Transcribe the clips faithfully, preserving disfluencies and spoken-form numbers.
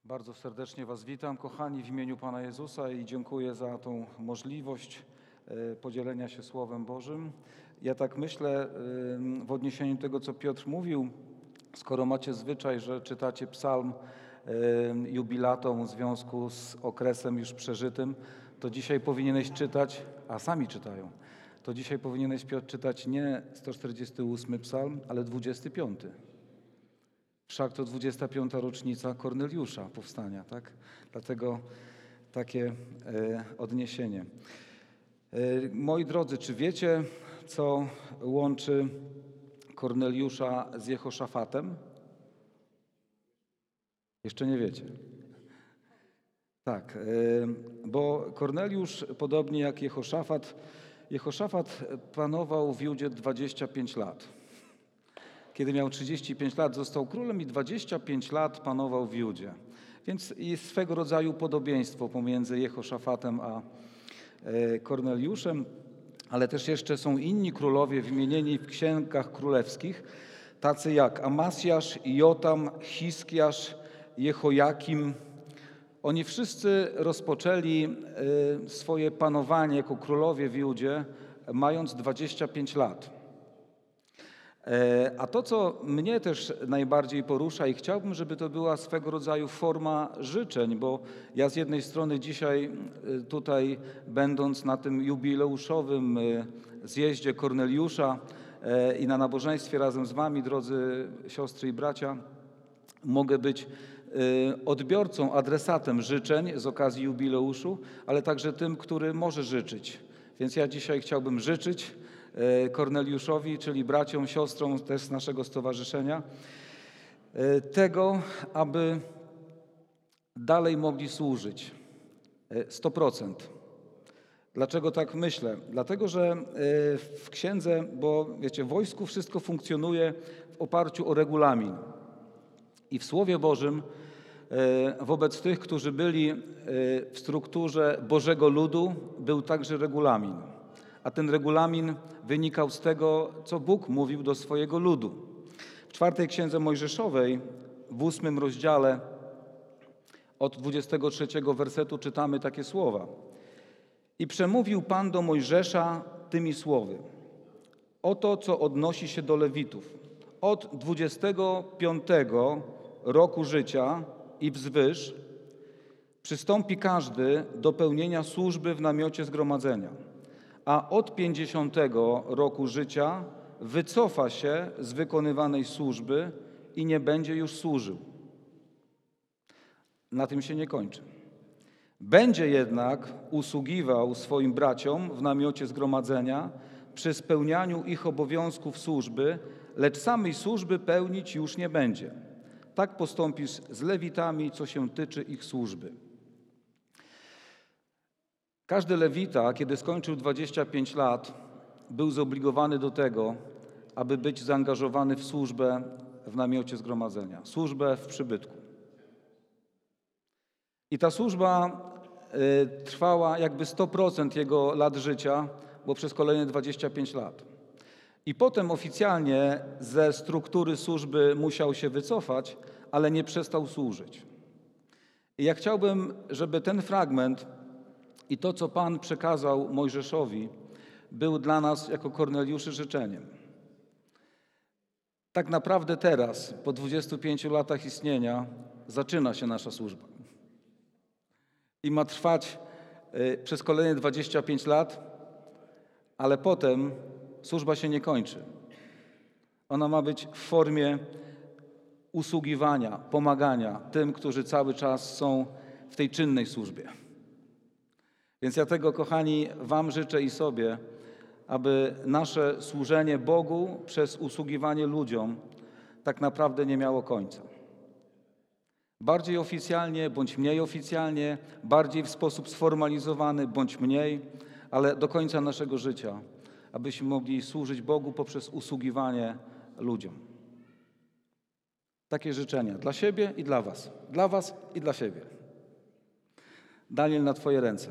Bardzo serdecznie Was witam, kochani, w imieniu Pana Jezusa i dziękuję za tą możliwość e, podzielenia się Słowem Bożym. Ja tak myślę e, w odniesieniu do tego, co Piotr mówił, skoro macie zwyczaj, że czytacie psalm e, jubilatą w związku z okresem już przeżytym, to dzisiaj powinieneś czytać, a sami czytają, to dzisiaj powinieneś, Piotr, czytać nie sto czterdziesty ósmy psalm, ale dwudziesty piąty. Wszak to dwudziesta piąta rocznica Korneliusza powstania, tak? Dlatego takie e, odniesienie. E, moi drodzy, czy wiecie, co łączy Korneliusza z Jehoszafatem? Jeszcze nie wiecie. Tak, e, bo Korneliusz, podobnie jak Jehoszafat, Jehoszafat panował w Judzie dwadzieścia pięć lat. Kiedy miał trzydzieści pięć lat, został królem i dwadzieścia pięć lat panował w Judzie. Więc jest swego rodzaju podobieństwo pomiędzy Jehoszafatem a Korneliuszem, ale też jeszcze są inni królowie wymienieni w księgach królewskich, tacy jak Amasjasz, Jotam, Hiskiasz, Jehojakim. Oni wszyscy rozpoczęli swoje panowanie jako królowie w Judzie, mając dwadzieścia pięć lat. A to, co mnie też najbardziej porusza i chciałbym, żeby to była swego rodzaju forma życzeń, bo ja z jednej strony dzisiaj tutaj, będąc na tym jubileuszowym zjeździe Korneliusza i na nabożeństwie razem z wami, drodzy siostry i bracia, mogę być odbiorcą, adresatem życzeń z okazji jubileuszu, ale także tym, który może życzyć. Więc ja dzisiaj chciałbym życzyć Korneliuszowi, czyli braciom, siostrom też z naszego stowarzyszenia, tego, aby dalej mogli służyć. sto procent. Dlaczego tak myślę? Dlatego, że w księdze, bo wiecie, w wojsku wszystko funkcjonuje w oparciu o regulamin. I w Słowie Bożym wobec tych, którzy byli w strukturze Bożego Ludu, był także regulamin. A ten regulamin wynikał z tego, co Bóg mówił do swojego ludu. W czwartej księdze Mojżeszowej, w ósmym rozdziale, od dwudziestego trzeciego wersetu czytamy takie słowa. I przemówił Pan do Mojżesza tymi słowy. Oto, co odnosi się do Lewitów. Od dwudziestego piątego roku życia i wzwyż przystąpi każdy do pełnienia służby w namiocie zgromadzenia. A od pięćdziesiątego roku życia wycofa się z wykonywanej służby i nie będzie już służył. Na tym się nie kończy. Będzie jednak usługiwał swoim braciom w namiocie zgromadzenia przy spełnianiu ich obowiązków służby, lecz samej służby pełnić już nie będzie. Tak postąpisz z Lewitami, co się tyczy ich służby. Każdy Lewita, kiedy skończył dwadzieścia pięć lat, był zobligowany do tego, aby być zaangażowany w służbę w namiocie zgromadzenia, służbę w przybytku. I ta służba y, trwała jakby sto procent jego lat życia, bo przez kolejne dwadzieścia pięć lat. I potem oficjalnie ze struktury służby musiał się wycofać, ale nie przestał służyć. I ja chciałbym, żeby ten fragment i to, co Pan przekazał Mojżeszowi, był dla nas jako Korneliuszy życzeniem. Tak naprawdę teraz, po dwudziestu pięciu latach istnienia, zaczyna się nasza służba. I ma trwać y, przez kolejne dwadzieścia pięć lat, ale potem służba się nie kończy. Ona ma być w formie usługiwania, pomagania tym, którzy cały czas są w tej czynnej służbie. Więc ja tego, kochani, wam życzę i sobie, aby nasze służenie Bogu przez usługiwanie ludziom tak naprawdę nie miało końca. Bardziej oficjalnie bądź mniej oficjalnie, bardziej w sposób sformalizowany bądź mniej, ale do końca naszego życia, abyśmy mogli służyć Bogu poprzez usługiwanie ludziom. Takie życzenia dla siebie i dla was. Dla was i dla siebie. Daniel, na Twoje ręce.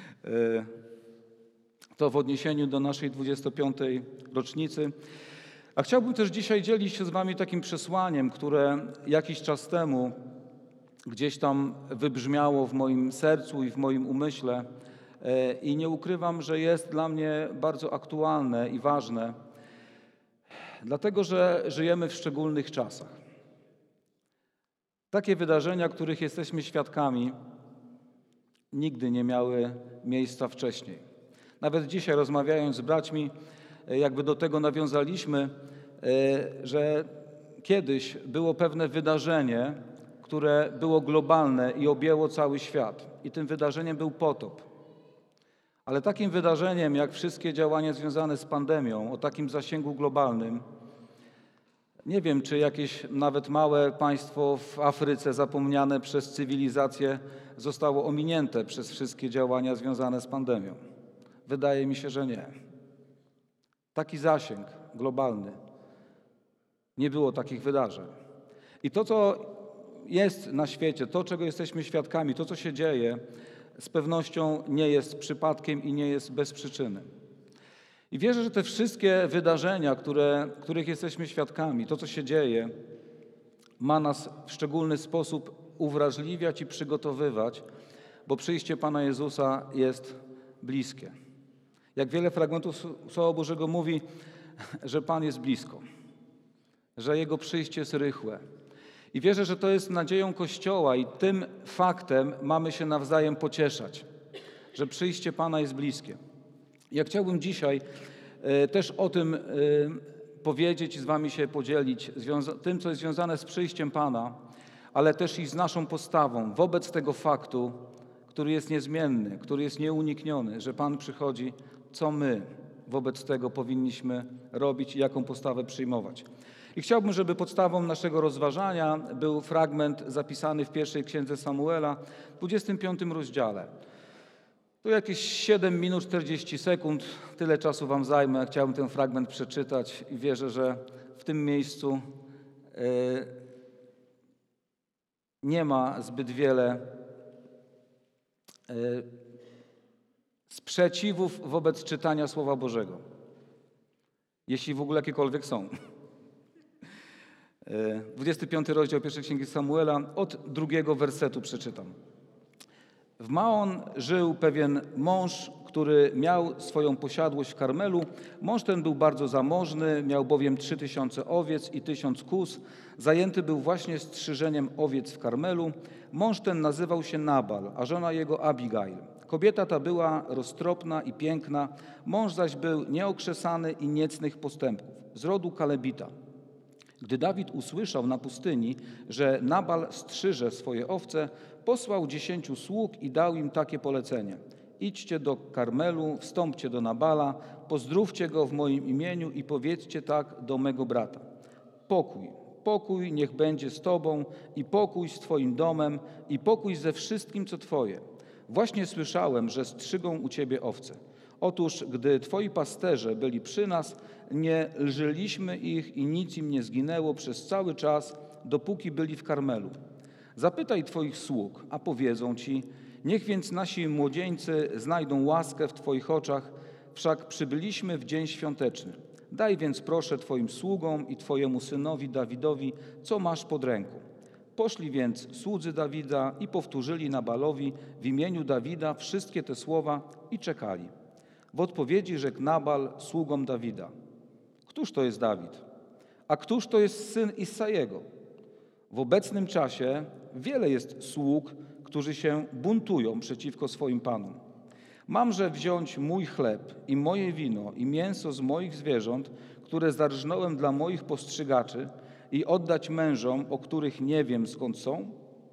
To w odniesieniu do naszej dwudziestej piątej rocznicy. A chciałbym też dzisiaj dzielić się z wami takim przesłaniem, które jakiś czas temu gdzieś tam wybrzmiało w moim sercu i w moim umyśle i nie ukrywam, że jest dla mnie bardzo aktualne i ważne, dlatego że żyjemy w szczególnych czasach. Takie wydarzenia, których jesteśmy świadkami, nigdy nie miały miejsca wcześniej. Nawet dzisiaj, rozmawiając z braćmi, jakby do tego nawiązaliśmy, że kiedyś było pewne wydarzenie, które było globalne i objęło cały świat. I tym wydarzeniem był potop. Ale takim wydarzeniem, jak wszystkie działania związane z pandemią, o takim zasięgu globalnym, nie wiem, czy jakieś nawet małe państwo w Afryce zapomniane przez cywilizację zostało ominięte przez wszystkie działania związane z pandemią. Wydaje mi się, że nie. Taki zasięg globalny. Nie było takich wydarzeń. I to, co jest na świecie, to, czego jesteśmy świadkami, to, co się dzieje, z pewnością nie jest przypadkiem i nie jest bez przyczyny. I wierzę, że te wszystkie wydarzenia, które, których jesteśmy świadkami, to, co się dzieje, ma nas w szczególny sposób uwrażliwiać i przygotowywać, bo przyjście Pana Jezusa jest bliskie. Jak wiele fragmentów Słowa Bożego mówi, że Pan jest blisko, że Jego przyjście jest rychłe. I wierzę, że to jest nadzieją Kościoła i tym faktem mamy się nawzajem pocieszać, że przyjście Pana jest bliskie. Ja chciałbym dzisiaj e, też o tym e, powiedzieć i z wami się podzielić, związa- tym, co jest związane z przyjściem Pana, ale też i z naszą postawą wobec tego faktu, który jest niezmienny, który jest nieunikniony, że Pan przychodzi, co my wobec tego powinniśmy robić i jaką postawę przyjmować. I chciałbym, żeby podstawą naszego rozważania był fragment zapisany w pierwszej księdze Samuela, w dwudziestym piątym rozdziale. To jakieś siedem minut czterdzieści sekund, tyle czasu wam zajmę. Chciałbym ten fragment przeczytać i wierzę, że w tym miejscu e, nie ma zbyt wiele e, sprzeciwów wobec czytania Słowa Bożego, jeśli w ogóle jakiekolwiek są. dwudziesty piąty rozdział pierwszej księgi Samuela, od drugiego wersetu przeczytam. W Maon żył pewien mąż, który miał swoją posiadłość w Karmelu. Mąż ten był bardzo zamożny, miał bowiem trzy tysiące owiec i tysiąc kóz. Zajęty był właśnie strzyżeniem owiec w Karmelu. Mąż ten nazywał się Nabal, a żona jego Abigail. Kobieta ta była roztropna i piękna, mąż zaś był nieokrzesany i niecnych postępków, z rodu Kalebita. Gdy Dawid usłyszał na pustyni, że Nabal strzyże swoje owce, posłał dziesięciu sług i dał im takie polecenie. Idźcie do Karmelu, wstąpcie do Nabala, pozdrówcie go w moim imieniu i powiedzcie tak do mego brata. Pokój, pokój niech będzie z tobą i pokój z twoim domem i pokój ze wszystkim, co twoje. Właśnie słyszałem, że strzygą u ciebie owce. Otóż, gdy twoi pasterze byli przy nas, nie lżyliśmy ich i nic im nie zginęło przez cały czas, dopóki byli w Karmelu. Zapytaj twoich sług, a powiedzą ci, niech więc nasi młodzieńcy znajdą łaskę w twoich oczach, wszak przybyliśmy w dzień świąteczny. Daj więc proszę twoim sługom i twojemu synowi Dawidowi, co masz pod ręką. Poszli więc słudzy Dawida i powtórzyli Nabalowi w imieniu Dawida wszystkie te słowa i czekali. W odpowiedzi rzekł Nabal sługom Dawida. Któż to jest Dawid? A któż to jest syn Issajego? W obecnym czasie wiele jest sług, którzy się buntują przeciwko swoim panom. Mamże wziąć mój chleb i moje wino i mięso z moich zwierząt, które zarżnąłem dla moich postrzygaczy i oddać mężom, o których nie wiem skąd są?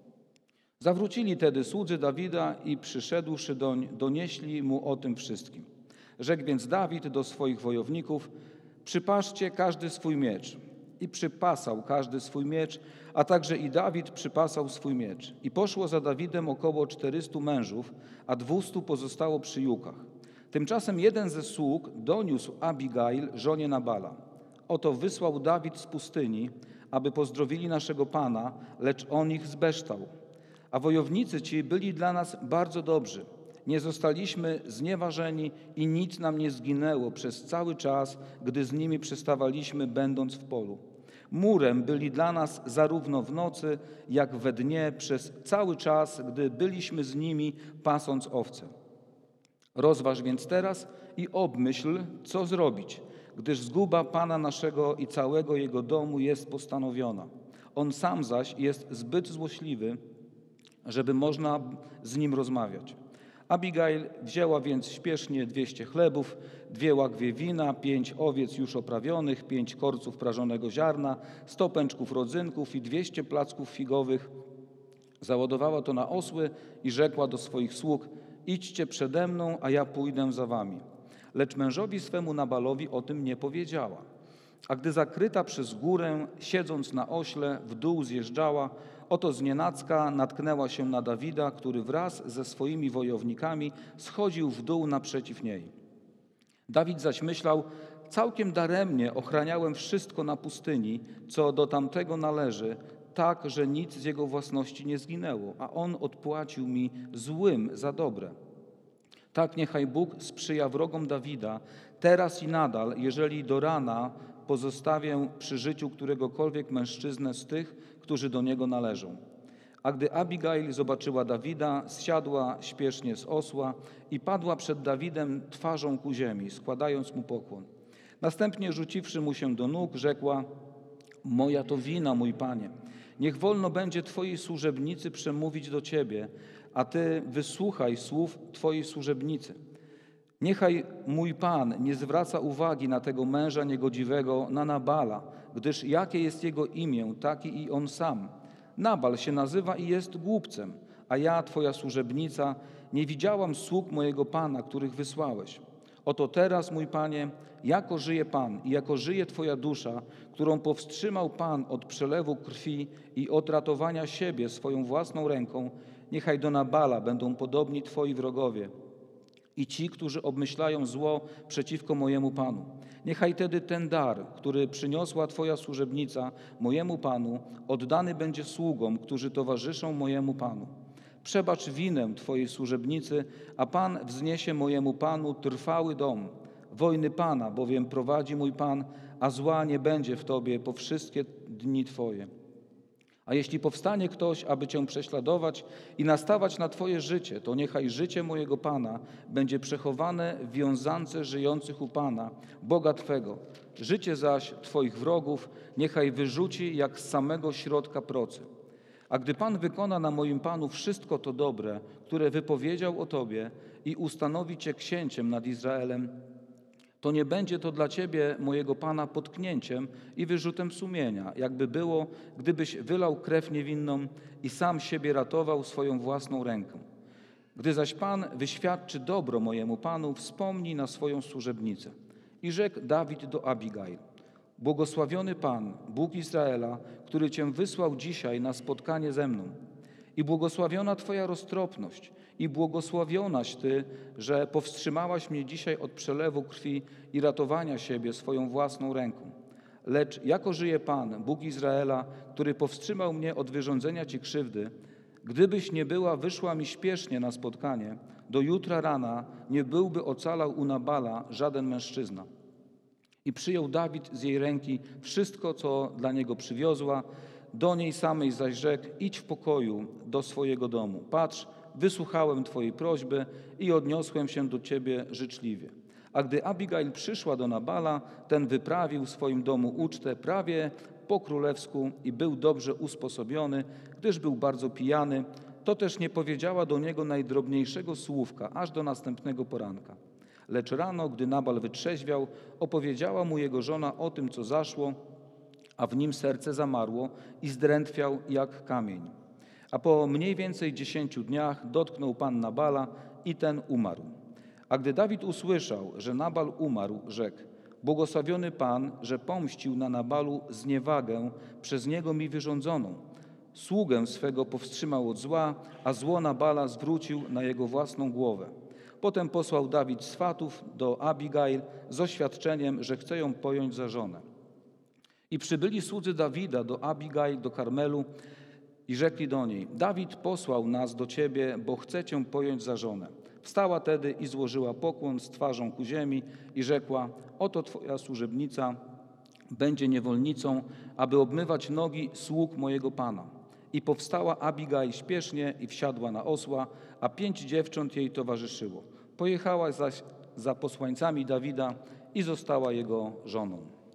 Zawrócili tedy słudzy Dawida i przyszedłszy doń, donieśli mu o tym wszystkim. Rzekł więc Dawid do swoich wojowników, przypatrzcie każdy swój miecz. I przypasał każdy swój miecz, a także i Dawid przypasał swój miecz. I poszło za Dawidem około czterystu mężów, a dwustu pozostało przy jukach. Tymczasem jeden ze sług doniósł Abigail, żonie Nabala. Oto wysłał Dawid z pustyni, aby pozdrowili naszego Pana, lecz on ich zbeształ. A wojownicy ci byli dla nas bardzo dobrzy. Nie zostaliśmy znieważeni i nic nam nie zginęło przez cały czas, gdy z nimi przystawaliśmy, będąc w polu. Murem byli dla nas zarówno w nocy, jak we dnie przez cały czas, gdy byliśmy z nimi, pasąc owce. Rozważ więc teraz i obmyśl, co zrobić, gdyż zguba Pana naszego i całego Jego domu jest postanowiona. On sam zaś jest zbyt złośliwy, żeby można z nim rozmawiać. Abigail wzięła więc śpiesznie dwieście chlebów, dwie łagwie wina, pięć owiec już oprawionych, pięć korców prażonego ziarna, sto pęczków rodzynków i dwieście placków figowych. Załadowała to na osły i rzekła do swoich sług: idźcie przede mną, a ja pójdę za wami. Lecz mężowi swemu Nabalowi o tym nie powiedziała. A gdy zakryta przez górę, siedząc na ośle, w dół zjeżdżała, oto znienacka natknęła się na Dawida, który wraz ze swoimi wojownikami schodził w dół naprzeciw niej. Dawid zaś myślał: całkiem daremnie ochraniałem wszystko na pustyni, co do tamtego należy, tak, że nic z jego własności nie zginęło, a on odpłacił mi złym za dobre. Tak niechaj Bóg sprzyja wrogom Dawida, teraz i nadal, jeżeli do rana pozostawię przy życiu któregokolwiek mężczyznę z tych, którzy do niego należą. A gdy Abigail zobaczyła Dawida, zsiadła śpiesznie z osła i padła przed Dawidem twarzą ku ziemi, składając mu pokłon. Następnie rzuciwszy mu się do nóg, rzekła: moja to wina, mój panie. Niech wolno będzie twojej służebnicy przemówić do ciebie, a ty wysłuchaj słów twojej służebnicy. Niechaj mój pan nie zwraca uwagi na tego męża niegodziwego, na Nabala, gdyż jakie jest jego imię, taki i on sam. Nabal się nazywa i jest głupcem, a ja, twoja służebnica, nie widziałam sług mojego pana, których wysłałeś. Oto teraz, mój panie, jako żyje Pan i jako żyje twoja dusza, którą powstrzymał Pan od przelewu krwi i od ratowania siebie swoją własną ręką, niechaj do Nabala będą podobni twoi wrogowie i ci, którzy obmyślają zło przeciwko mojemu Panu. Niechaj tedy ten dar, który przyniosła twoja służebnica mojemu Panu, oddany będzie sługom, którzy towarzyszą mojemu Panu. Przebacz winę twojej służebnicy, a Pan wzniesie mojemu Panu trwały dom. Wojny Pana bowiem prowadzi mój Pan, a zła nie będzie w tobie po wszystkie dni twoje. A jeśli powstanie ktoś, aby cię prześladować i nastawać na twoje życie, to niechaj życie mojego Pana będzie przechowane w wiązance żyjących u Pana, Boga twego. Życie zaś twoich wrogów niechaj wyrzuci jak z samego środka procy. A gdy Pan wykona na moim Panu wszystko to dobre, które wypowiedział o tobie i ustanowi cię księciem nad Izraelem, to nie będzie to dla ciebie, mojego Pana, potknięciem i wyrzutem sumienia, jakby było, gdybyś wylał krew niewinną i sam siebie ratował swoją własną ręką. Gdy zaś Pan wyświadczy dobro mojemu Panu, wspomnij na swoją służebnicę. I rzekł Dawid do Abigail: błogosławiony Pan, Bóg Izraela, który cię wysłał dzisiaj na spotkanie ze mną. I błogosławiona twoja roztropność, i błogosławionaś ty, że powstrzymałaś mnie dzisiaj od przelewu krwi i ratowania siebie swoją własną ręką. Lecz jako żyje Pan, Bóg Izraela, który powstrzymał mnie od wyrządzenia ci krzywdy, gdybyś nie była wyszła mi śpiesznie na spotkanie, do jutra rana nie byłby ocalał u Nabala żaden mężczyzna. I przyjął Dawid z jej ręki wszystko, co dla niego przywiozła, do niej samej zaś rzekł: idź w pokoju do swojego domu. Patrz, wysłuchałem twojej prośby i odniosłem się do ciebie życzliwie. A gdy Abigail przyszła do Nabala, ten wyprawił w swoim domu ucztę prawie po królewsku i był dobrze usposobiony, gdyż był bardzo pijany. To też nie powiedziała do niego najdrobniejszego słówka, aż do następnego poranka. Lecz rano, gdy Nabal wytrzeźwiał, opowiedziała mu jego żona o tym, co zaszło, a w nim serce zamarło i zdrętwiał jak kamień. A po mniej więcej dziesięciu dniach dotknął Pan Nabala i ten umarł. A gdy Dawid usłyszał, że Nabal umarł, rzekł: błogosławiony Pan, że pomścił na Nabalu zniewagę przez niego mi wyrządzoną. Sługę swego powstrzymał od zła, a zło Nabala zwrócił na jego własną głowę. Potem posłał Dawid swatów do Abigail z oświadczeniem, że chce ją pojąć za żonę. I przybyli słudzy Dawida do Abigail, do Karmelu i rzekli do niej: Dawid posłał nas do ciebie, bo chce cię pojąć za żonę. Wstała tedy i złożyła pokłon z twarzą ku ziemi i rzekła: oto Twoja służebnica będzie niewolnicą, aby obmywać nogi sług mojego Pana. I powstała Abigail śpiesznie i wsiadła na osła, a pięć dziewcząt jej towarzyszyło. Pojechała zaś za posłańcami Dawida i została jego żoną.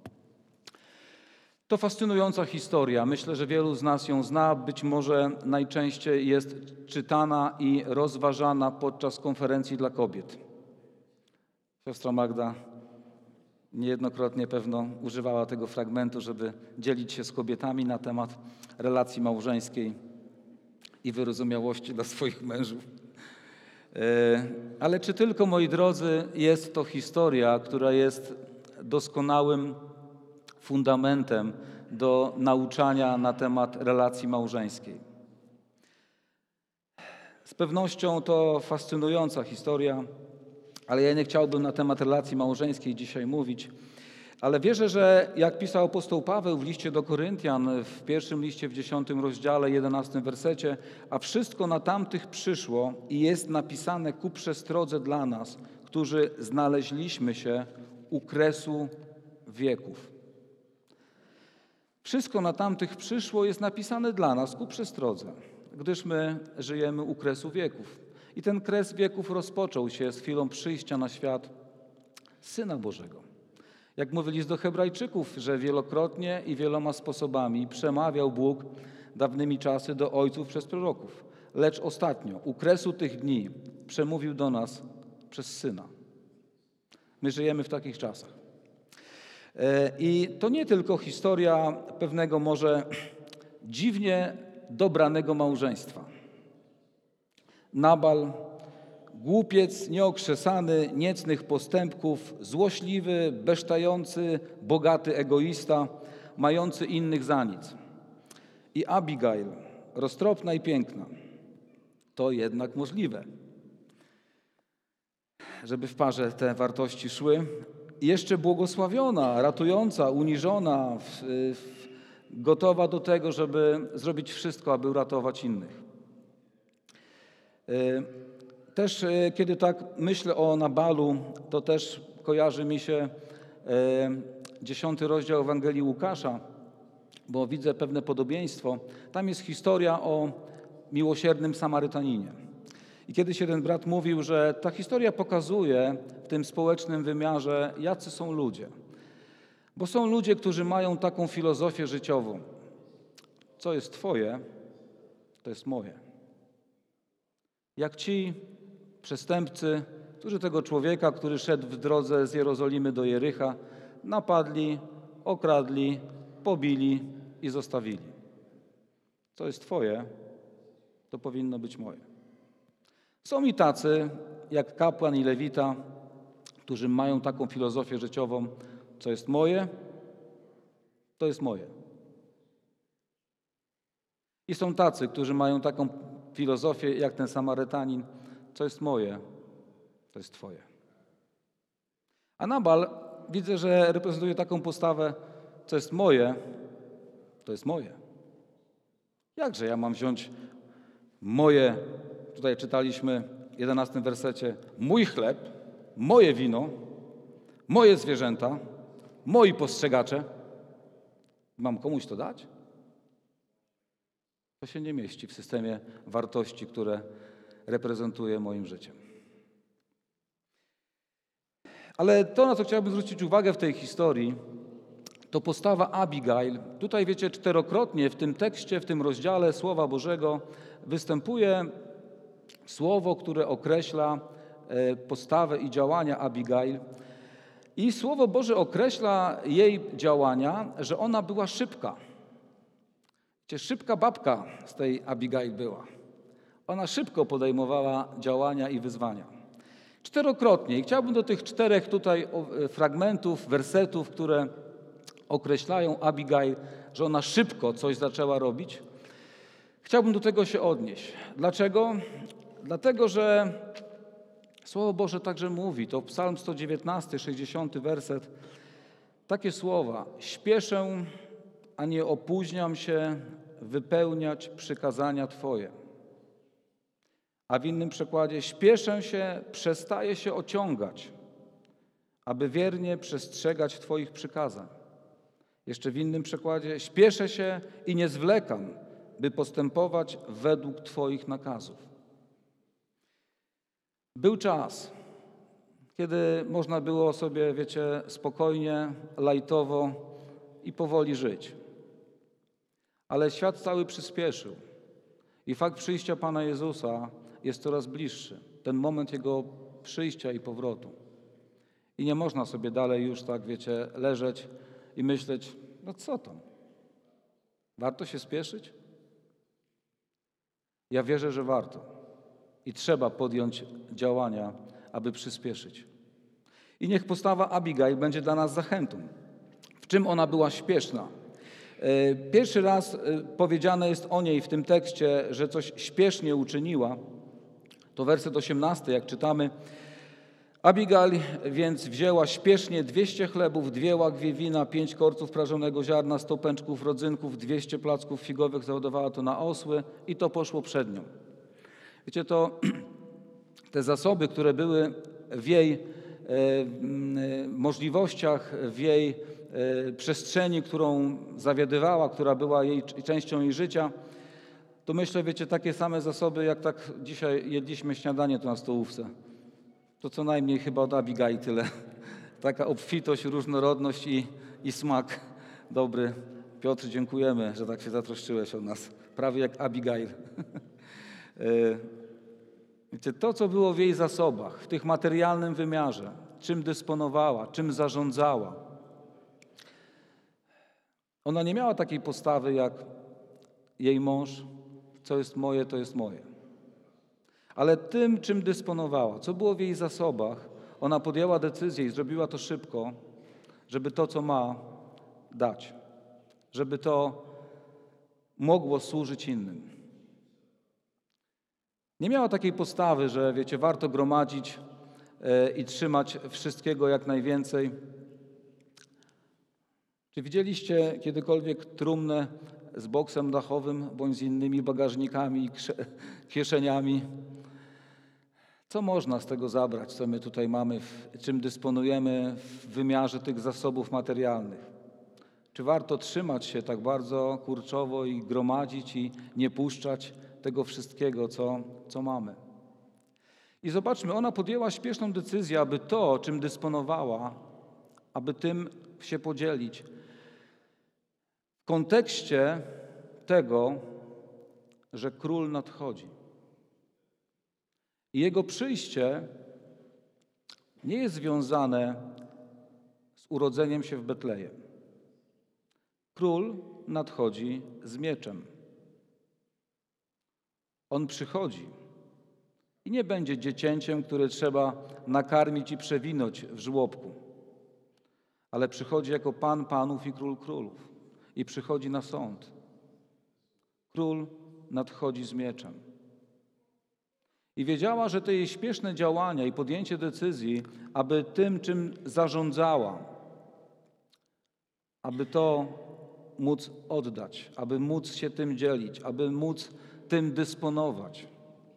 To fascynująca historia. Myślę, że wielu z nas ją zna. Być może najczęściej jest czytana i rozważana podczas konferencji dla kobiet. Siostra Magda niejednokrotnie pewno używała tego fragmentu, żeby dzielić się z kobietami na temat relacji małżeńskiej i wyrozumiałości dla swoich mężów. Ale czy tylko, moi drodzy, jest to historia, która jest doskonałym fundamentem do nauczania na temat relacji małżeńskiej? Z pewnością to fascynująca historia, ale ja nie chciałbym na temat relacji małżeńskiej dzisiaj mówić. Ale wierzę, że jak pisał apostoł Paweł w liście do Koryntian, w pierwszym liście w dziesiątym rozdziale, jedenastym wersecie, a wszystko na tamtych przyszło i jest napisane ku przestrodze dla nas, którzy znaleźliśmy się u kresu wieków. Wszystko na tamtych przyszło jest napisane dla nas ku przestrodze, gdyż my żyjemy u kresu wieków. I ten kres wieków rozpoczął się z chwilą przyjścia na świat Syna Bożego. Jak mówi list do Hebrajczyków, że wielokrotnie i wieloma sposobami przemawiał Bóg dawnymi czasy do ojców przez proroków. Lecz ostatnio, u kresu tych dni, przemówił do nas przez Syna. My żyjemy w takich czasach. I to nie tylko historia pewnego może dziwnie dobranego małżeństwa. Nabal, głupiec, nieokrzesany, niecnych postępków, złośliwy, besztający, bogaty egoista, mający innych za nic. I Abigail, roztropna i piękna. To jednak możliwe, żeby w parze te wartości szły. I jeszcze błogosławiona, ratująca, uniżona, w, w, gotowa do tego, żeby zrobić wszystko, aby uratować innych. Też kiedy tak myślę o Nabalu, to też kojarzy mi się dziesiąty rozdział Ewangelii Łukasza, bo widzę pewne podobieństwo. Tam jest historia o miłosiernym Samarytaninie. I kiedyś jeden brat mówił, że ta historia pokazuje w tym społecznym wymiarze, jacy są ludzie. Bo są ludzie, którzy mają taką filozofię życiową. Co jest twoje, to jest moje. Jak ci przestępcy, którzy tego człowieka, który szedł w drodze z Jerozolimy do Jericha, napadli, okradli, pobili i zostawili. Co jest twoje, to powinno być moje. Są i tacy, jak kapłan i lewita, którzy mają taką filozofię życiową, co jest moje, to jest moje. I są tacy, którzy mają taką filozofię, jak ten Samarytanin, co jest moje, to jest twoje. A Nabal, widzę, że reprezentuje taką postawę, co jest moje, to jest moje. Jakże ja mam wziąć moje, tutaj czytaliśmy w jedenastym wersecie, mój chleb, moje wino, moje zwierzęta, moi postrzegacze, mam komuś to dać? To się nie mieści w systemie wartości, które reprezentuje moim życiem. Ale to, na co chciałbym zwrócić uwagę w tej historii, to postawa Abigail. Tutaj, wiecie, czterokrotnie w tym tekście, w tym rozdziale Słowa Bożego występuje słowo, które określa postawę i działania Abigail. I Słowo Boże określa jej działania, że ona była szybka. Wiecie, szybka babka z tej Abigail była. Ona szybko podejmowała działania i wyzwania. Czterokrotnie. I chciałbym do tych czterech tutaj fragmentów, wersetów, które określają Abigail, że ona szybko coś zaczęła robić, chciałbym do tego się odnieść. Dlaczego? Dlatego, że Słowo Boże także mówi, to Psalm sto dziewiętnasty, sześćdziesiąty werset, takie słowa: śpieszę, a nie opóźniam się wypełniać przykazania Twoje. A w innym przekładzie śpieszę się, przestaję się ociągać, aby wiernie przestrzegać Twoich przykazań. Jeszcze w innym przekładzie śpieszę się i nie zwlekam, by postępować według Twoich nakazów. Był czas, kiedy można było sobie, wiecie, spokojnie, lajtowo i powoli żyć. Ale świat cały przyspieszył i fakt przyjścia Pana Jezusa jest coraz bliższy. Ten moment Jego przyjścia i powrotu. I nie można sobie dalej już tak, wiecie, leżeć i myśleć, no co tam? Warto się spieszyć? Ja wierzę, że warto. I trzeba podjąć działania, aby przyspieszyć. I niech postawa Abigail będzie dla nas zachętą. W czym ona była śpieszna? Pierwszy raz powiedziane jest o niej w tym tekście, że coś śpiesznie uczyniła. To werset osiemnasty, jak czytamy. Abigail więc wzięła śpiesznie dwieście chlebów, dwie łagwie wina, pięć korców prażonego ziarna, sto pęczków rodzynków, dwieście placków figowych, załadowała to na osły i to poszło przed nią. Wiecie, to te zasoby, które były w jej e, możliwościach, w jej e, przestrzeni, którą zawiadywała, która była jej częścią jej życia, to myślę, wiecie, takie same zasoby, jak tak dzisiaj jedliśmy śniadanie tu na stołówce. To co najmniej chyba od Abigail tyle. Taka obfitość, różnorodność i, i smak dobry. Piotr, dziękujemy, że tak się zatroszczyłeś o nas. Prawie jak Abigail. Wiecie, to, co było w jej zasobach, w tych materialnym wymiarze, czym dysponowała, czym zarządzała. Ona nie miała takiej postawy jak jej mąż, co jest moje, to jest moje. Ale tym, czym dysponowała, co było w jej zasobach, ona podjęła decyzję i zrobiła to szybko, żeby to, co ma, dać. Żeby to mogło służyć innym. Nie miała takiej postawy, że wiecie, warto gromadzić i trzymać wszystkiego jak najwięcej. Czy widzieliście kiedykolwiek trumnę z boksem dachowym bądź z innymi bagażnikami i kieszeniami? Co można z tego zabrać, co my tutaj mamy, czym dysponujemy w wymiarze tych zasobów materialnych? Czy warto trzymać się tak bardzo kurczowo i gromadzić i nie puszczać tego wszystkiego, co, co mamy? I zobaczmy, ona podjęła śpieszną decyzję, aby to, czym dysponowała, aby tym się podzielić. W kontekście tego, że król nadchodzi. I jego przyjście nie jest związane z urodzeniem się w Betlejem. Król nadchodzi z mieczem. On przychodzi i nie będzie dziecięciem, które trzeba nakarmić i przewinąć w żłobku, ale przychodzi jako Pan Panów i Król Królów i przychodzi na sąd. Król nadchodzi z mieczem. I wiedziała, że te jej śpieszne działania i podjęcie decyzji, aby tym, czym zarządzała, aby to móc oddać, aby móc się tym dzielić, aby móc tym dysponować.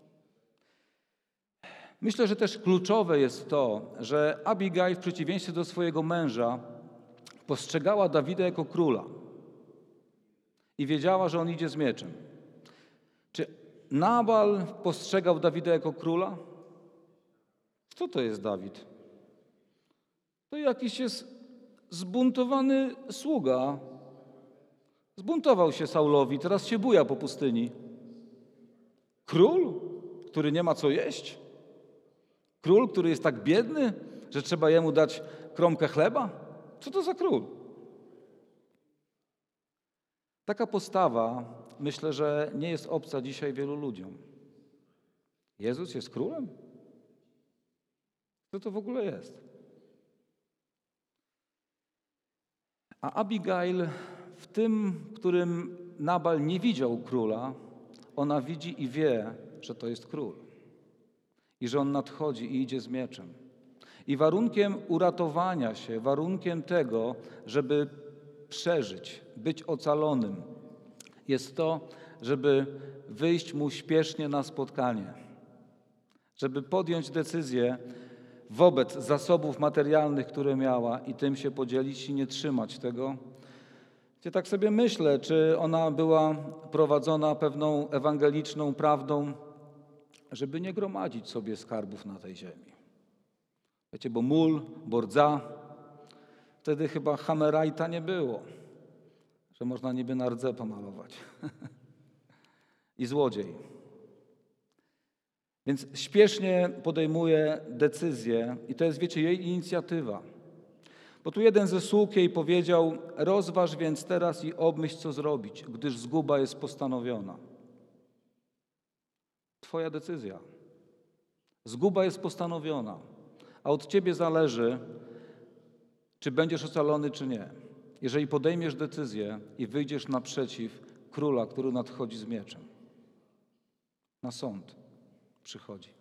Myślę, że też kluczowe jest to, że Abigail w przeciwieństwie do swojego męża postrzegała Dawida jako króla i wiedziała, że on idzie z mieczem. Czy Nabal postrzegał Dawida jako króla? Kto to jest Dawid? To jakiś jest zbuntowany sługa. Zbuntował się Saulowi, teraz się buja po pustyni. Król, który nie ma co jeść? Król, który jest tak biedny, że trzeba jemu dać kromkę chleba? Co to za król? Taka postawa, myślę, że nie jest obca dzisiaj wielu ludziom. Jezus jest królem? Co to w ogóle jest? A Abigail w tym, którym Nabal nie widział króla, ona widzi i wie, że to jest król. I że on nadchodzi i idzie z mieczem. I warunkiem uratowania się, warunkiem tego, żeby przeżyć, być ocalonym, jest to, żeby wyjść mu śpiesznie na spotkanie. żeby podjąć decyzję wobec zasobów materialnych, które miała i tym się podzielić i nie trzymać tego. Gdzie tak sobie myślę, czy ona była prowadzona pewną ewangeliczną prawdą, żeby nie gromadzić sobie skarbów na tej ziemi. Wiecie, bo mól, bo rdza, wtedy chyba Hamerajta nie było, że można niby na rdze pomalować. I złodziej. Więc śpiesznie podejmuje decyzję i to jest, wiecie, jej inicjatywa. Bo tu jeden ze sług jej powiedział: rozważ więc teraz i obmyśl, co zrobić, gdyż zguba jest postanowiona. Twoja decyzja. Zguba jest postanowiona, a od ciebie zależy, czy będziesz ocalony, czy nie. Jeżeli podejmiesz decyzję i wyjdziesz naprzeciw króla, który nadchodzi z mieczem. Na sąd przychodzi.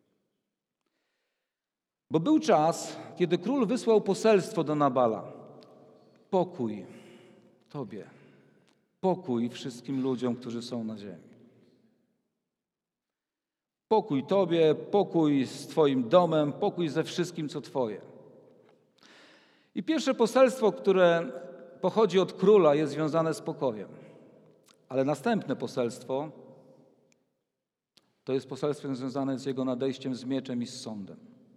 Bo był czas, kiedy król wysłał poselstwo do Nabala. Pokój tobie, pokój wszystkim ludziom, którzy są na ziemi. Pokój tobie, pokój z twoim domem, pokój ze wszystkim, co twoje. I pierwsze poselstwo, które pochodzi od króla, jest związane z pokojem. Ale następne poselstwo to jest poselstwo związane z jego nadejściem z mieczem i z sądem.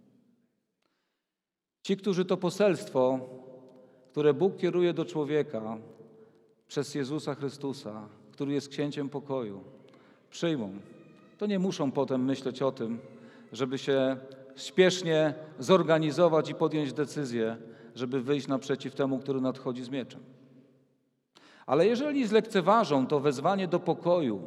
Ci, którzy to poselstwo, które Bóg kieruje do człowieka przez Jezusa Chrystusa, który jest księciem pokoju, przyjmą, to nie muszą potem myśleć o tym, żeby się śpiesznie zorganizować i podjąć decyzję, żeby wyjść naprzeciw temu, który nadchodzi z mieczem. Ale jeżeli zlekceważą to wezwanie do pokoju,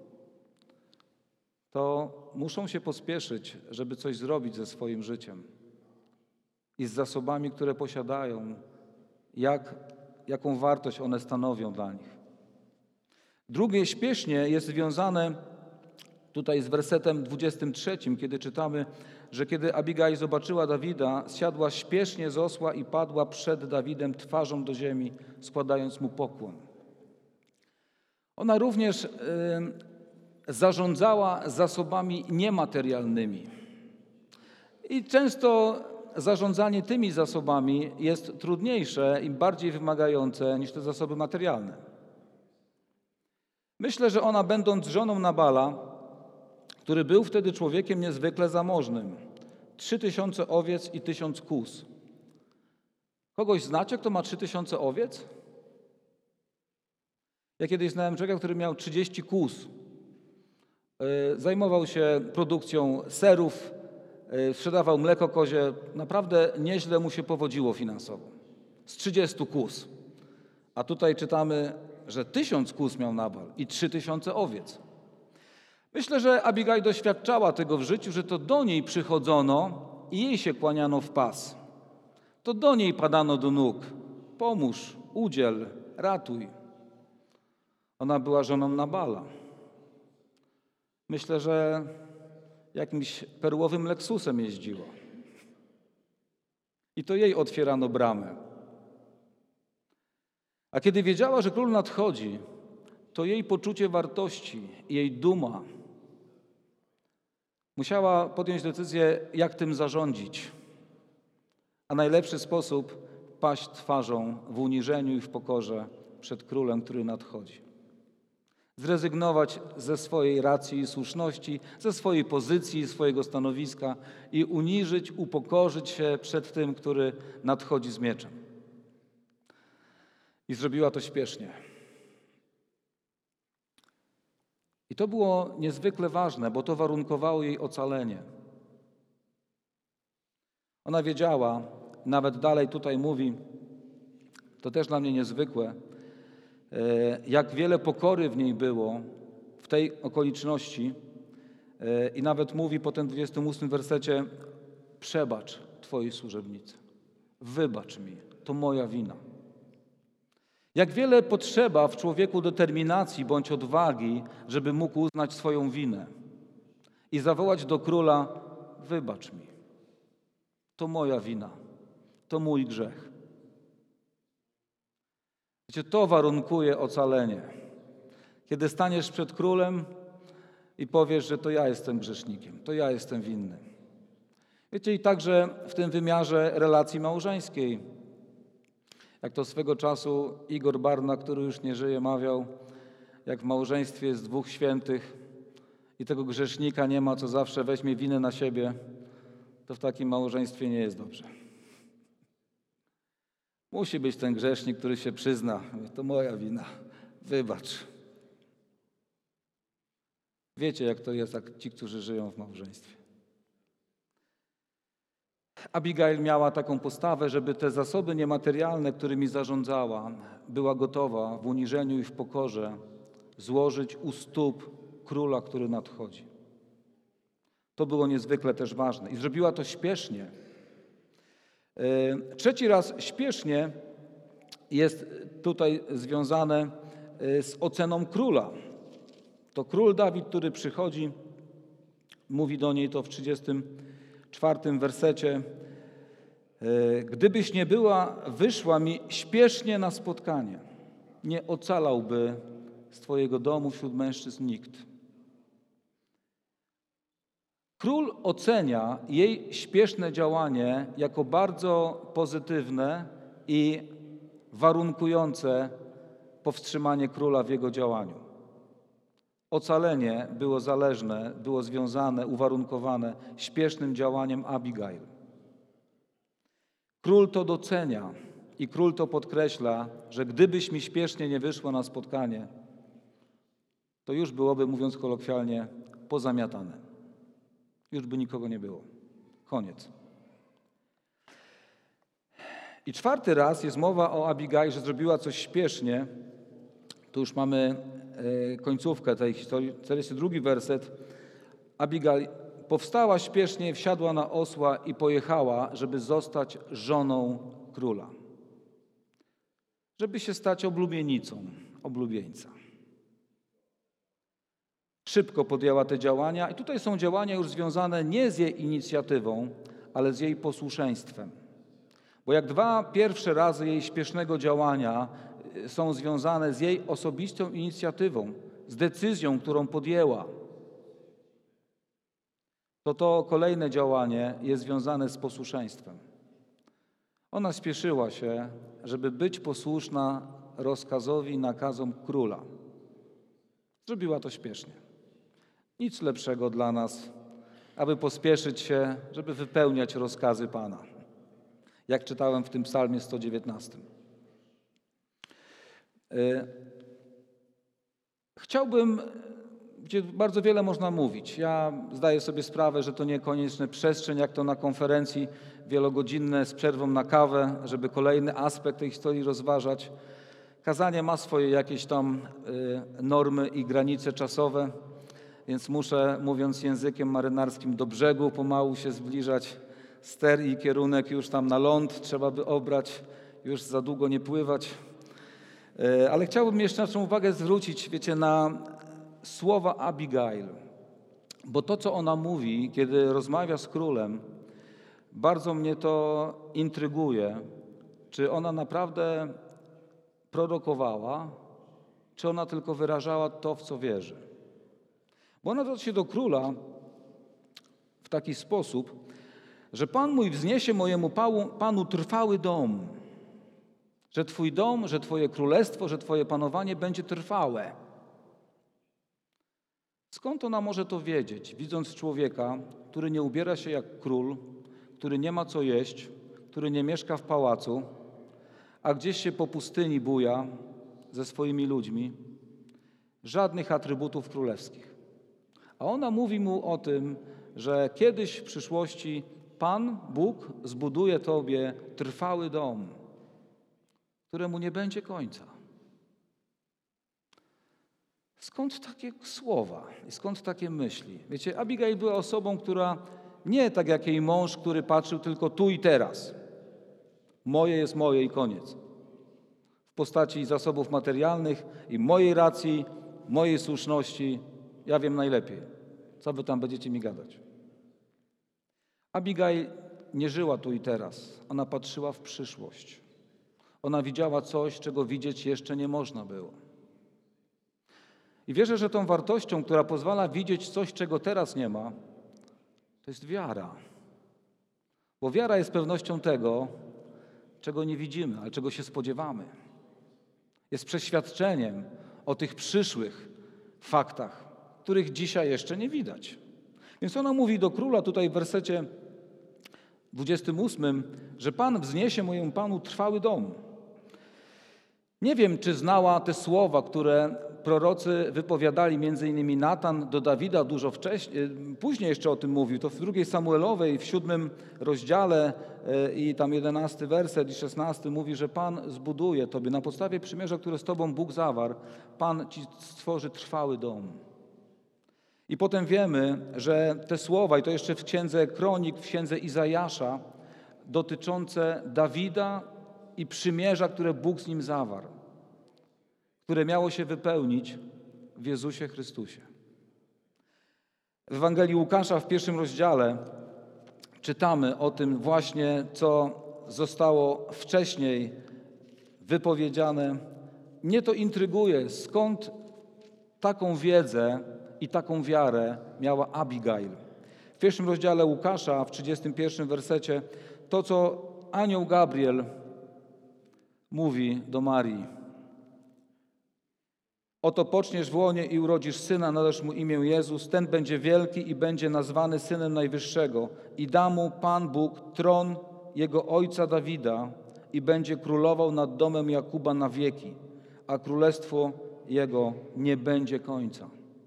to muszą się pospieszyć, żeby coś zrobić ze swoim życiem i z zasobami, które posiadają, jak, jaką wartość one stanowią dla nich. Drugie śpiesznie jest związane tutaj z wersetem dwudziestym trzecim, kiedy czytamy, że kiedy Abigail zobaczyła Dawida, zsiadła śpiesznie z osła i padła przed Dawidem twarzą do ziemi, składając mu pokłon. Ona również y, zarządzała zasobami niematerialnymi. I często zarządzanie tymi zasobami jest trudniejsze i bardziej wymagające niż te zasoby materialne. Myślę, że ona, będąc żoną Nabala, który był wtedy człowiekiem niezwykle zamożnym, trzy tysiące owiec i tysiąc kóz. Kogoś znacie, kto ma trzy tysiące owiec? Ja kiedyś znałem człowieka, który miał trzydzieści kóz. Zajmował się produkcją serów, sprzedawał mleko kozie. Naprawdę nieźle mu się powodziło finansowo. Z trzydziestu kóz. A tutaj czytamy, że tysiąc kóz miał Nabal i trzy tysiące owiec. Myślę, że Abigail doświadczała tego w życiu, że to do niej przychodzono i jej się kłaniano w pas. To do niej padano do nóg. Pomóż, udziel, ratuj. Ona była żoną Nabala. Myślę, że jakimś perłowym Lexusem jeździła. I to jej otwierano bramę. A kiedy wiedziała, że król nadchodzi, to jej poczucie wartości, jej duma musiała podjąć decyzję, jak tym zarządzić. A najlepszy sposób paść twarzą w uniżeniu i w pokorze przed królem, który nadchodzi. Zrezygnować ze swojej racji i słuszności, ze swojej pozycji, swojego stanowiska i uniżyć, upokorzyć się przed tym, który nadchodzi z mieczem. I zrobiła to śpiesznie. I to było niezwykle ważne, bo to warunkowało jej ocalenie. Ona wiedziała, nawet dalej tutaj mówi, to też dla mnie niezwykłe, jak wiele pokory w niej było w tej okoliczności. I nawet mówi potem w dwudziestym ósmym wersecie: przebacz Twojej służebnicy, wybacz mi, to moja wina. Jak wiele potrzeba w człowieku determinacji bądź odwagi, żeby mógł uznać swoją winę i zawołać do króla: wybacz mi, to moja wina, to mój grzech. Wiecie, to warunkuje ocalenie. Kiedy staniesz przed królem i powiesz, że to ja jestem grzesznikiem, to ja jestem winny. Wiecie, i także w tym wymiarze relacji małżeńskiej. Jak to swego czasu Igor Barna, który już nie żyje, mawiał, jak w małżeństwie jest dwóch świętych i tego grzesznika nie ma, co zawsze weźmie winę na siebie, to w takim małżeństwie nie jest dobrze. Musi być ten grzesznik, który się przyzna, to moja wina, wybacz. Wiecie, jak to jest, jak ci, którzy żyją w małżeństwie. Abigail miała taką postawę, żeby te zasoby niematerialne, którymi zarządzała, była gotowa w uniżeniu i w pokorze złożyć u stóp króla, który nadchodzi. To było niezwykle też ważne i zrobiła to śpiesznie. Trzeci raz śpiesznie jest tutaj związane z oceną króla. To król Dawid, który przychodzi, mówi do niej to w trzydziestym czwartym wersecie. Gdybyś nie była, wyszła mi śpiesznie na spotkanie. Nie ocalałby z twojego domu wśród mężczyzn nikt. Król ocenia jej śpieszne działanie jako bardzo pozytywne i warunkujące powstrzymanie króla w jego działaniu. Ocalenie było zależne, było związane, uwarunkowane śpiesznym działaniem Abigail. Król to docenia i król to podkreśla, że gdybyś mi śpiesznie nie wyszła na spotkanie, to już byłoby, mówiąc kolokwialnie, pozamiatane. Już by nikogo nie było. Koniec. I czwarty raz jest mowa o Abigail, że zrobiła coś śpiesznie. Tu już mamy końcówkę tej historii, czterdziesty drugi werset. Abigail powstała śpiesznie, wsiadła na osła i pojechała, żeby zostać żoną króla. Żeby się stać oblubienicą, oblubieńca. Szybko podjęła te działania i tutaj są działania już związane nie z jej inicjatywą, ale z jej posłuszeństwem. Bo jak dwa pierwsze razy jej śpiesznego działania są związane z jej osobistą inicjatywą, z decyzją, którą podjęła, to to kolejne działanie jest związane z posłuszeństwem. Ona spieszyła się, żeby być posłuszna rozkazowi, nakazom króla. Zrobiła to śpiesznie. Nic lepszego dla nas, aby pospieszyć się, żeby wypełniać rozkazy Pana. Jak czytałem w tym psalmie sto dziewiętnastym. Chciałbym, gdzie bardzo wiele można mówić. Ja zdaję sobie sprawę, że to niekoniecznie przestrzeń, jak to na konferencji wielogodzinne z przerwą na kawę, żeby kolejny aspekt tej historii rozważać. Kazanie ma swoje jakieś tam normy i granice czasowe, więc muszę, mówiąc językiem marynarskim, do brzegu pomału się zbliżać. Ster i kierunek już tam na ląd trzeba by obrać, już za długo nie pływać. Ale chciałbym jeszcze naszą uwagę zwrócić, wiecie, na słowa Abigail, bo to, co ona mówi, kiedy rozmawia z królem, bardzo mnie to intryguje, czy ona naprawdę prorokowała, czy ona tylko wyrażała to, w co wierzy. Bo ona zwraca się do króla w taki sposób, że Pan mój wzniesie mojemu Panu trwały dom, że Twój dom, że Twoje królestwo, że Twoje panowanie będzie trwałe. Skąd ona może to wiedzieć, widząc człowieka, który nie ubiera się jak król, który nie ma co jeść, który nie mieszka w pałacu, a gdzieś się po pustyni buja ze swoimi ludźmi, żadnych atrybutów królewskich. A ona mówi mu o tym, że kiedyś w przyszłości Pan, Bóg, zbuduje Tobie trwały dom, któremu nie będzie końca. Skąd takie słowa i skąd takie myśli? Wiecie, Abigail była osobą, która nie tak jak jej mąż, który patrzył tylko tu i teraz. Moje jest moje i koniec. W postaci zasobów materialnych i mojej racji, mojej słuszności, ja wiem najlepiej. Co wy tam będziecie mi gadać? Abigail nie żyła tu i teraz. Ona patrzyła w przyszłość. Ona widziała coś, czego widzieć jeszcze nie można było. I wierzę, że tą wartością, która pozwala widzieć coś, czego teraz nie ma, to jest wiara. Bo wiara jest pewnością tego, czego nie widzimy, ale czego się spodziewamy. Jest przeświadczeniem o tych przyszłych faktach, których dzisiaj jeszcze nie widać. Więc ona mówi do króla tutaj w wersecie dwudziestym ósmym, że Pan wzniesie mojemu Panu trwały dom. Nie wiem, czy znała te słowa, które prorocy wypowiadali, między innymi Natan do Dawida dużo wcześniej, później jeszcze o tym mówił. To w drugiej Samuelowej, w siódmym rozdziale i tam jedenasty werset i szesnasty mówi, że Pan zbuduje Tobie na podstawie przymierza, które z Tobą Bóg zawarł, Pan Ci stworzy trwały dom. I potem wiemy, że te słowa, i to jeszcze w księdze Kronik, w księdze Izajasza, dotyczące Dawida i przymierza, które Bóg z nim zawarł, które miało się wypełnić w Jezusie Chrystusie. W Ewangelii Łukasza w pierwszym rozdziale czytamy o tym właśnie, co zostało wcześniej wypowiedziane. Mnie to intryguje, skąd taką wiedzę i taką wiarę miała Abigail. W pierwszym rozdziale Łukasza, w trzydziestym pierwszym wersecie, to, co anioł Gabriel mówi do Marii. Oto poczniesz w łonie i urodzisz syna, nadasz mu imię Jezus. Ten będzie wielki i będzie nazwany Synem Najwyższego. I da mu Pan Bóg tron jego ojca Dawida i będzie królował nad domem Jakuba na wieki, a królestwo jego nie będzie końca.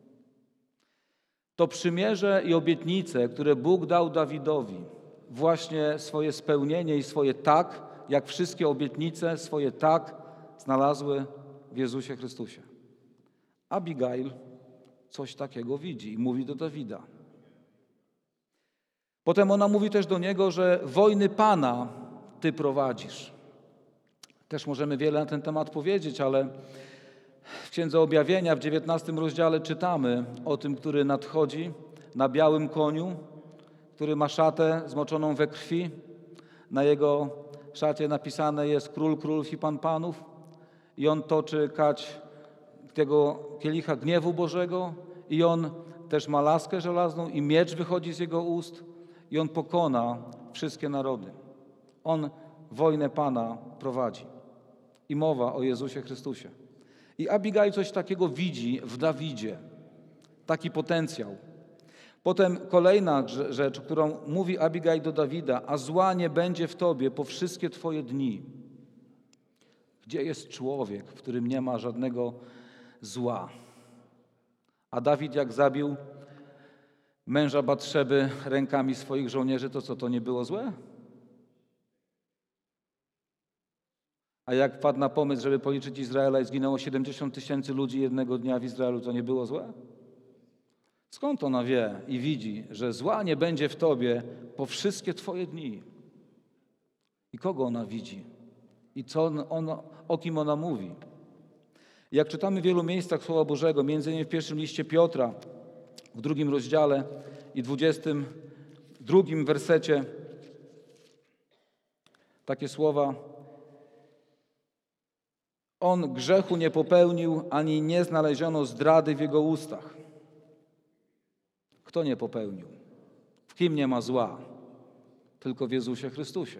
To przymierze i obietnice, które Bóg dał Dawidowi, właśnie swoje spełnienie i swoje tak, jak wszystkie obietnice, swoje tak znalazły w Jezusie Chrystusie. Abigail coś takiego widzi i mówi do Dawida. Potem ona mówi też do niego, że wojny Pana Ty prowadzisz. Też możemy wiele na ten temat powiedzieć, ale w Księdze Objawienia w dziewiętnastym rozdziale czytamy o tym, który nadchodzi na białym koniu, który ma szatę zmoczoną we krwi. Na jego szacie napisane jest Król Królów i Pan Panów i on toczy kać tego kielicha gniewu Bożego i on też ma laskę żelazną i miecz wychodzi z jego ust i on pokona wszystkie narody. On wojnę Pana prowadzi. I mowa o Jezusie Chrystusie. I Abigail coś takiego widzi w Dawidzie. Taki potencjał. Potem kolejna rzecz, którą mówi Abigail do Dawida, a zła nie będzie w tobie po wszystkie twoje dni. Gdzie jest człowiek, w którym nie ma żadnego zła? A Dawid jak zabił męża Batszeby rękami swoich żołnierzy, to co, to nie było złe? A jak wpadł na pomysł, żeby policzyć Izraela i zginęło siedemdziesiąt tysięcy ludzi jednego dnia w Izraelu, to nie było złe? Skąd ona wie i widzi, że zła nie będzie w tobie po wszystkie twoje dni? I kogo ona widzi? I co ona, o kim ona mówi? Jak czytamy w wielu miejscach Słowa Bożego, między innymi w pierwszym liście Piotra, w drugim rozdziale i dwudziestym drugim wersecie, takie słowa: On grzechu nie popełnił, ani nie znaleziono zdrady w jego ustach. Kto nie popełnił? W kim nie ma zła? Tylko w Jezusie Chrystusie.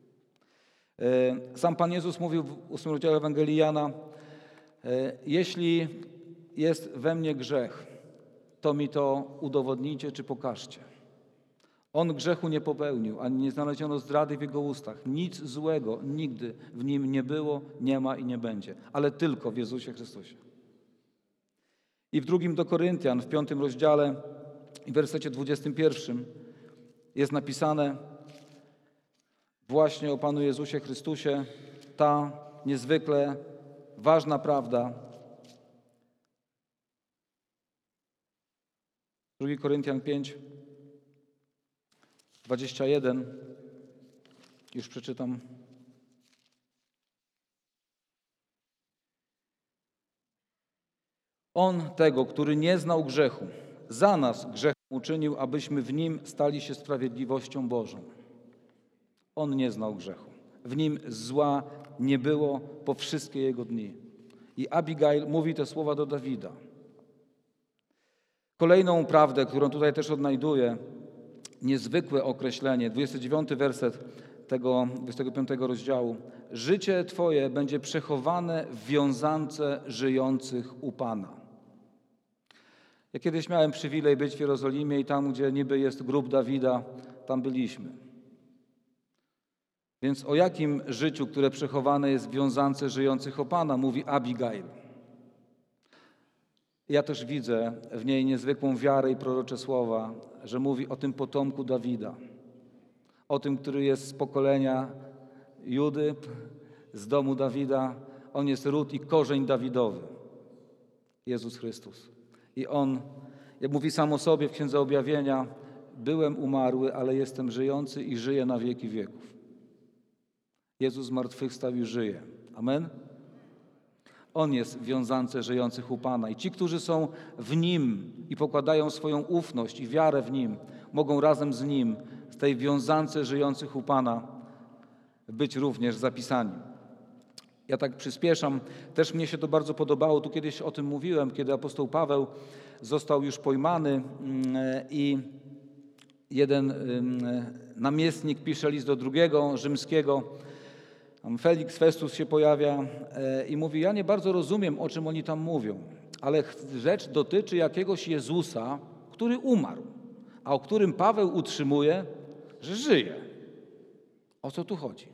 Sam Pan Jezus mówił w ósmym rozdziale Ewangelii Jana: jeśli jest we mnie grzech, to mi to udowodnijcie czy pokażcie. On grzechu nie popełnił, ani nie znaleziono zdrady w jego ustach. Nic złego nigdy w nim nie było, nie ma i nie będzie, ale tylko w Jezusie Chrystusie. I w drugim do Koryntian, w piątym rozdziale i w wersecie dwudziestym pierwszym jest napisane właśnie o Panu Jezusie Chrystusie ta niezwykle ważna prawda. drugi Koryntian pięć, dwadzieścia jeden. Już przeczytam. On tego, który nie znał grzechu, za nas grzech uczynił, abyśmy w nim stali się sprawiedliwością Bożą. On nie znał grzechu. W nim zła nie było po wszystkie jego dni. I Abigail mówi te słowa do Dawida. Kolejną prawdę, którą tutaj też odnajduję, niezwykłe określenie, dwudziesty dziewiąty werset tego dwudziestego piątego rozdziału. Życie Twoje będzie przechowane w wiązance żyjących u Pana. Ja kiedyś miałem przywilej być w Jerozolimie i tam, gdzie niby jest grób Dawida, tam byliśmy. Więc o jakim życiu, które przechowane jest w wiązance żyjących u Pana, mówi Abigail. Ja też widzę w niej niezwykłą wiarę i prorocze słowa, że mówi o tym potomku Dawida, o tym, który jest z pokolenia Judy, z domu Dawida. On jest ród i korzeń Dawidowy, Jezus Chrystus. I On, jak mówi sam o sobie w Księdze Objawienia, byłem umarły, ale jestem żyjący i żyję na wieki wieków. Jezus zmartwychwstał i żyje. Amen? On jest w wiązance żyjących u Pana. I ci, którzy są w Nim i pokładają swoją ufność i wiarę w Nim, mogą razem z Nim w tej wiązance żyjących u Pana być również zapisani. Ja tak przyspieszam. Też mnie się to bardzo podobało. Tu kiedyś o tym mówiłem, kiedy apostoł Paweł został już pojmany i jeden namiestnik pisze list do drugiego rzymskiego. Felix Festus się pojawia i mówi, ja nie bardzo rozumiem, o czym oni tam mówią, ale rzecz dotyczy jakiegoś Jezusa, który umarł, a o którym Paweł utrzymuje, że żyje. O co tu chodzi?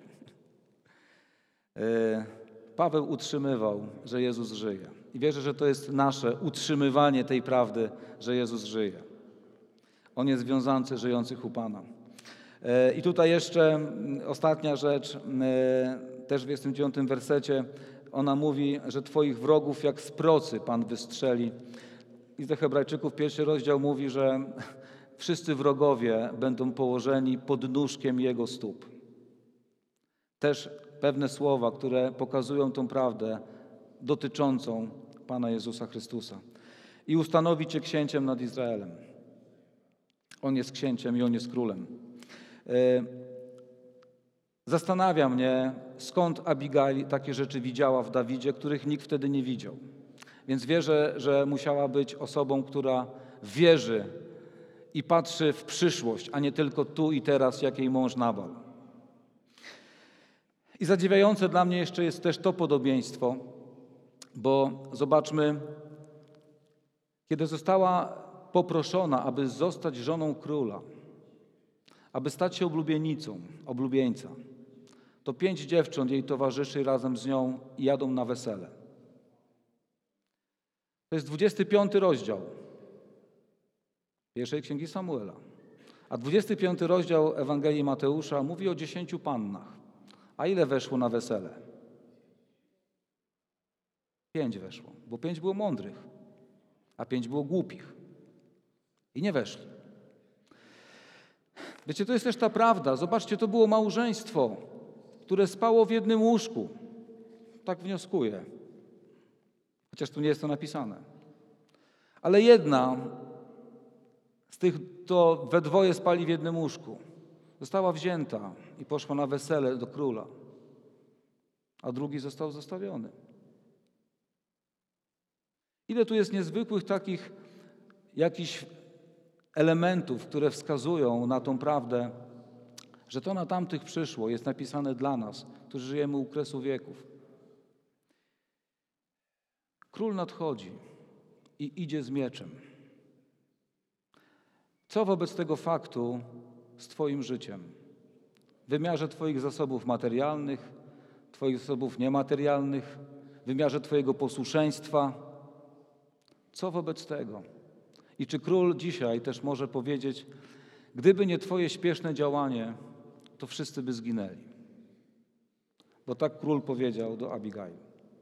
Paweł utrzymywał, że Jezus żyje. I wierzę, że to jest nasze utrzymywanie tej prawdy, że Jezus żyje. On jest wiązance żyjących u Pana. I tutaj jeszcze ostatnia rzecz, też w dwudziestym dziewiątym wersecie, ona mówi, że Twoich wrogów jak z procy Pan wystrzeli. I do Hebrajczyków pierwszy rozdział mówi, że wszyscy wrogowie będą położeni pod nóżkiem Jego stóp. Też pewne słowa, które pokazują tą prawdę dotyczącą Pana Jezusa Chrystusa. I ustanowi Cię księciem nad Izraelem. On jest księciem i On jest królem. Zastanawia mnie, skąd Abigail takie rzeczy widziała w Dawidzie, których nikt wtedy nie widział. Więc wierzę, że musiała być osobą, która wierzy i patrzy w przyszłość, a nie tylko tu i teraz, jak jej mąż Nabal. I zadziwiające dla mnie jeszcze jest też to podobieństwo, bo zobaczmy, kiedy została poproszona, aby zostać żoną króla, aby stać się oblubienicą, oblubieńca, to pięć dziewcząt jej towarzyszy razem z nią i jadą na wesele. To jest dwudziesty piąty rozdział pierwszej Księgi Samuela. A dwudziesty piąty rozdział Ewangelii Mateusza mówi o dziesięciu pannach. A ile weszło na wesele? Pięć weszło, bo pięć było mądrych, a pięć było głupich. I nie weszli. Wiecie, to jest też ta prawda. Zobaczcie, to było małżeństwo, które spało w jednym łóżku. Tak wnioskuję. Chociaż tu nie jest to napisane. Ale jedna z tych, to we dwoje spali w jednym łóżku, została wzięta i poszła na wesele do króla, a drugi został zostawiony. Ile tu jest niezwykłych takich jakichś elementów, które wskazują na tą prawdę, że to na tamtych przyszło, jest napisane dla nas, którzy żyjemy u kresu wieków. Król nadchodzi i idzie z mieczem. Co wobec tego faktu z Twoim życiem? W wymiarze Twoich zasobów materialnych, Twoich zasobów niematerialnych, w wymiarze Twojego posłuszeństwa. Co wobec tego? I czy król dzisiaj też może powiedzieć, gdyby nie Twoje śpieszne działanie, to wszyscy by zginęli. Bo tak król powiedział do Abigail.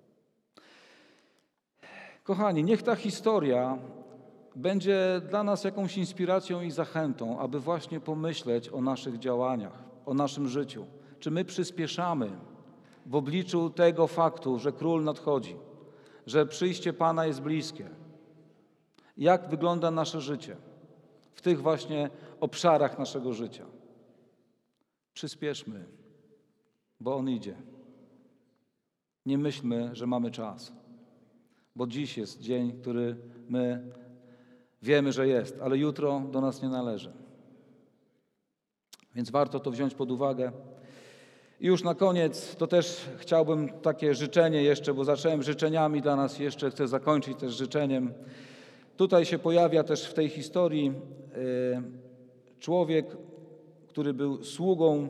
Kochani, niech ta historia będzie dla nas jakąś inspiracją i zachętą, aby właśnie pomyśleć o naszych działaniach, o naszym życiu. Czy my przyspieszamy w obliczu tego faktu, że król nadchodzi, że przyjście Pana jest bliskie? Jak wygląda nasze życie w tych właśnie obszarach naszego życia? Przyspieszmy, bo On idzie. Nie myślmy, że mamy czas, bo dziś jest dzień, który my Wiemy, że jest, ale jutro do nas nie należy. Więc warto to wziąć pod uwagę. I już na koniec to też chciałbym takie życzenie jeszcze, bo zacząłem życzeniami dla nas, jeszcze chcę zakończyć też życzeniem. Tutaj się pojawia też w tej historii człowiek, który był sługą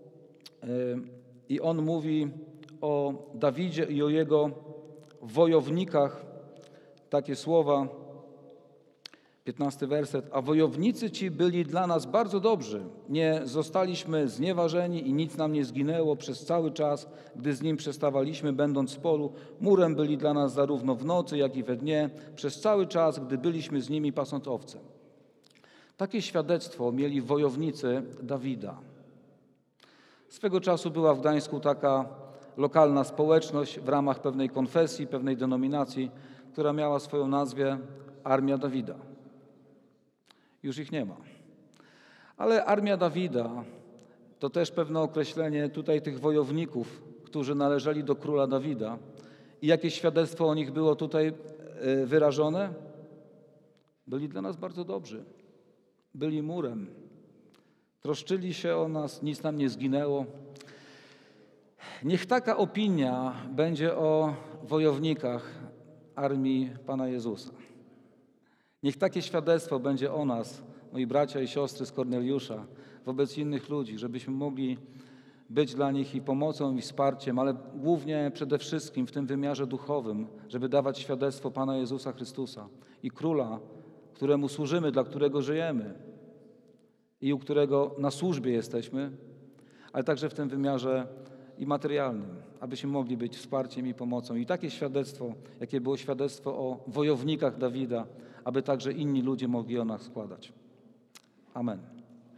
i on mówi o Dawidzie i o jego wojownikach takie słowa, piętnasty werset. A wojownicy ci byli dla nas bardzo dobrzy. Nie zostaliśmy znieważeni i nic nam nie zginęło przez cały czas, gdy z nim przestawaliśmy, będąc w polu. Murem byli dla nas zarówno w nocy, jak i we dnie, przez cały czas, gdy byliśmy z nimi pasąc owce. Takie świadectwo mieli wojownicy Dawida. Swego czasu była w Gdańsku taka lokalna społeczność w ramach pewnej konfesji, pewnej denominacji, która miała swoją nazwę Armia Dawida. Już ich nie ma. Ale Armia Dawida to też pewne określenie tutaj tych wojowników, którzy należeli do króla Dawida. I jakie świadectwo o nich było tutaj wyrażone? Byli dla nas bardzo dobrzy. Byli murem. Troszczyli się o nas, nic nam nie zginęło. Niech taka opinia będzie o wojownikach Armii Pana Jezusa. Niech takie świadectwo będzie o nas, moi bracia i siostry z Korneliusza, wobec innych ludzi, żebyśmy mogli być dla nich i pomocą, i wsparciem, ale głównie przede wszystkim w tym wymiarze duchowym, żeby dawać świadectwo Pana Jezusa Chrystusa i Króla, któremu służymy, dla którego żyjemy i u którego na służbie jesteśmy, ale także w tym wymiarze i materialnym, abyśmy mogli być wsparciem i pomocą. I takie świadectwo, jakie było świadectwo o wojownikach Dawida, aby także inni ludzie mogli o nas składać. Amen.